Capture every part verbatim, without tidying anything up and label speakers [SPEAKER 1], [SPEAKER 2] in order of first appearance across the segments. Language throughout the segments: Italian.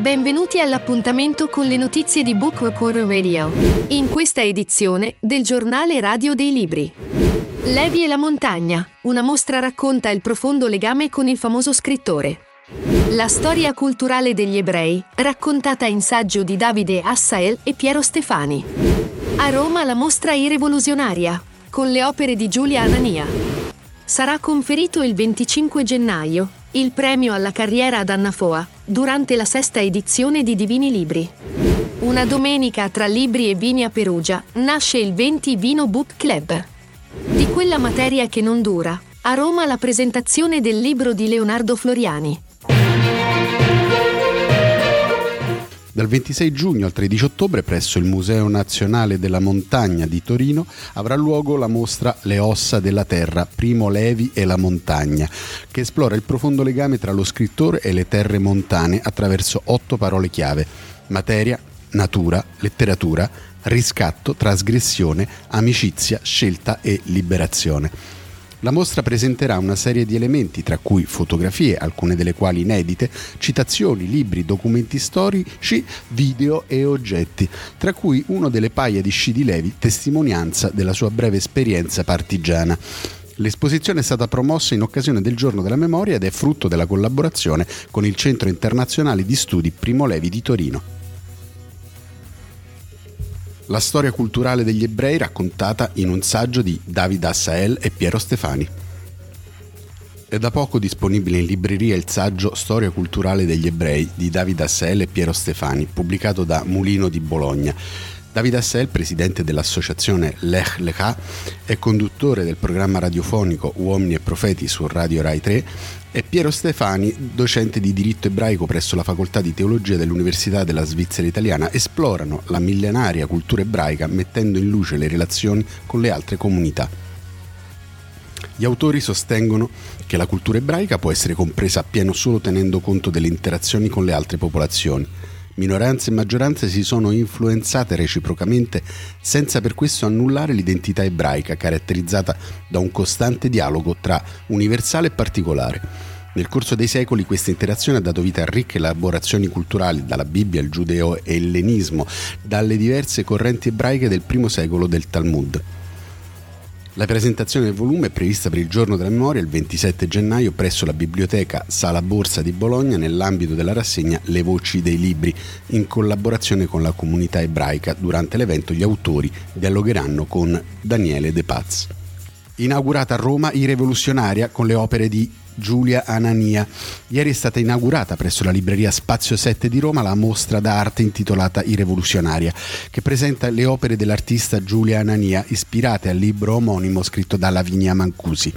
[SPEAKER 1] Benvenuti all'appuntamento con le notizie di Book Reporter Radio. In questa edizione del giornale radio dei libri. Levi e la montagna, una mostra racconta il profondo legame con il famoso scrittore. La storia culturale degli ebrei, raccontata in saggio di Davide Assael e Piero Stefani. A Roma la mostra irrevoluzionaria, con le opere di Giulia Anania. Sarà conferito il venticinque gennaio il premio alla carriera ad Anna Foa, durante la sesta edizione di Divini Libri. Una domenica tra libri e vini a Perugia nasce il venti Vino Book Club. Di quella materia che non dura, a Roma la presentazione del libro di Leonardo Floriani.
[SPEAKER 2] Dal ventisei giugno al tredici ottobre presso il Museo Nazionale della Montagna di Torino avrà luogo la mostra Le ossa della terra, Primo Levi e la montagna, che esplora il profondo legame tra lo scrittore e le terre montane attraverso otto parole chiave: materia, natura, letteratura, riscatto, trasgressione, amicizia, scelta e liberazione. La mostra presenterà una serie di elementi, tra cui fotografie, alcune delle quali inedite, citazioni, libri, documenti storici, video e oggetti, tra cui uno delle paia di sci di Levi, testimonianza della sua breve esperienza partigiana. L'esposizione è stata promossa in occasione del Giorno della Memoria ed è frutto della collaborazione con il Centro Internazionale di Studi Primo Levi di Torino. La storia culturale degli ebrei raccontata in un saggio di Davide Assael e Piero Stefani. È da poco disponibile in libreria il saggio Storia culturale degli ebrei di Davide Assael e Piero Stefani, pubblicato da Mulino di Bologna. Davide Assael, presidente dell'associazione Lech Lecha e conduttore del programma radiofonico Uomini e Profeti su Radio Rai tre, e Piero Stefani, docente di diritto ebraico presso la facoltà di teologia dell'Università della Svizzera Italiana, esplorano la millenaria cultura ebraica mettendo in luce le relazioni con le altre comunità. Gli autori sostengono che la cultura ebraica può essere compresa appieno solo tenendo conto delle interazioni con le altre popolazioni. Minoranze e maggioranze si sono influenzate reciprocamente senza per questo annullare l'identità ebraica, caratterizzata da un costante dialogo tra universale e particolare. Nel corso dei secoli questa interazione ha dato vita a ricche elaborazioni culturali, dalla Bibbia al giudeo-ellenismo, dalle diverse correnti ebraiche del primo secolo del Talmud. La presentazione del volume è prevista per il Giorno della Memoria il ventisette gennaio presso la Biblioteca Sala Borsa di Bologna nell'ambito della rassegna Le Voci dei Libri, in collaborazione con la comunità ebraica. Durante l'evento gli autori dialogheranno con Daniele De Paz. Inaugurata a Roma Irrevoluzionaria con le opere di Giulia Anania. Ieri è stata inaugurata presso la libreria Spazio sette di Roma la mostra d'arte intitolata Irrevoluzionaria, che presenta le opere dell'artista Giulia Anania ispirate al libro omonimo scritto da Lavinia Mancusi.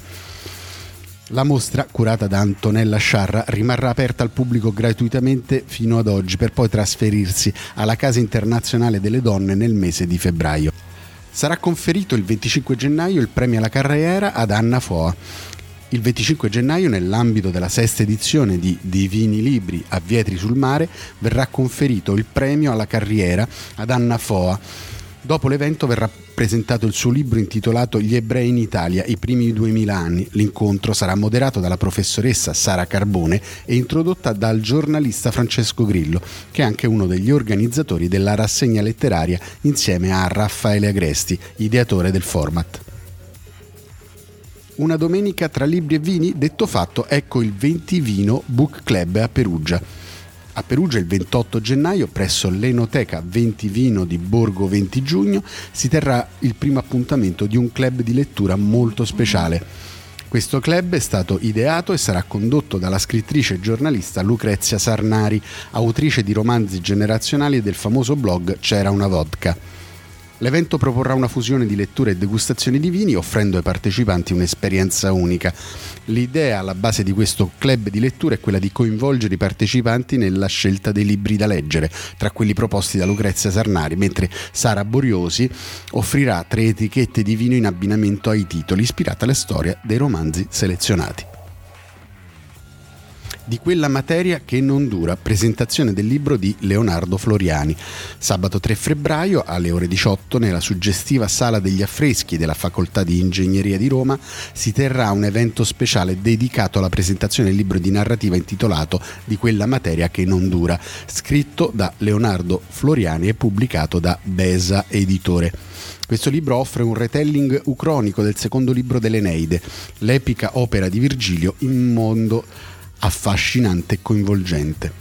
[SPEAKER 2] La mostra, curata da Antonella Sciarra, rimarrà aperta al pubblico gratuitamente fino ad oggi per poi trasferirsi alla Casa Internazionale delle Donne nel mese di febbraio. Sarà conferito il venticinque gennaio il premio alla carriera ad Anna Foa. Il venticinque gennaio, nell'ambito della sesta edizione di Divini Libri a Vietri sul Mare, verrà conferito il premio alla carriera ad Anna Foa. Dopo l'evento verrà presentato il suo libro intitolato Gli ebrei in Italia, i primi duemila anni. L'incontro sarà moderato dalla professoressa Sara Carbone e introdotta dal giornalista Francesco Grillo, che è anche uno degli organizzatori della rassegna letteraria insieme a Raffaele Agresti, ideatore del format. Una domenica tra libri e vini, detto fatto, ecco il venti Vino Book Club a Perugia. A Perugia il ventotto gennaio presso l'Enoteca venti Vino di Borgo venti Giugno si terrà il primo appuntamento di un club di lettura molto speciale. Questo club è stato ideato e sarà condotto dalla scrittrice e giornalista Lucrezia Sarnari, autrice di romanzi generazionali e del famoso blog C'era una vodka. L'evento proporrà una fusione di letture e degustazioni di vini, offrendo ai partecipanti un'esperienza unica. L'idea alla base di questo club di lettura è quella di coinvolgere i partecipanti nella scelta dei libri da leggere, tra quelli proposti da Lucrezia Sarnari, mentre Sara Boriosi offrirà tre etichette di vino in abbinamento ai titoli, ispirate alla storia dei romanzi selezionati. Di quella materia che non dura, presentazione del libro di Leonardo Floriani. Sabato tre febbraio alle ore diciotto nella suggestiva Sala degli Affreschi della Facoltà di Ingegneria di Roma si terrà un evento speciale dedicato alla presentazione del libro di narrativa intitolato Di quella materia che non dura, scritto da Leonardo Floriani e pubblicato da Besa Editore. Questo libro offre un retelling ucronico del secondo libro dell'Eneide, l'epica opera di Virgilio in mondo affascinante e coinvolgente.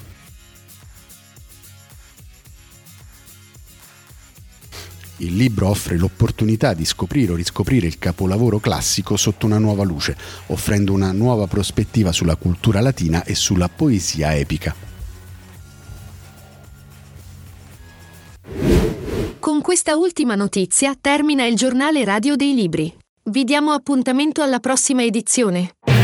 [SPEAKER 2] Il libro offre l'opportunità di scoprire o riscoprire il capolavoro classico sotto una nuova luce, offrendo una nuova prospettiva sulla cultura latina e sulla poesia epica.
[SPEAKER 1] Con questa ultima notizia termina il giornale radio dei libri. Vi diamo appuntamento alla prossima edizione.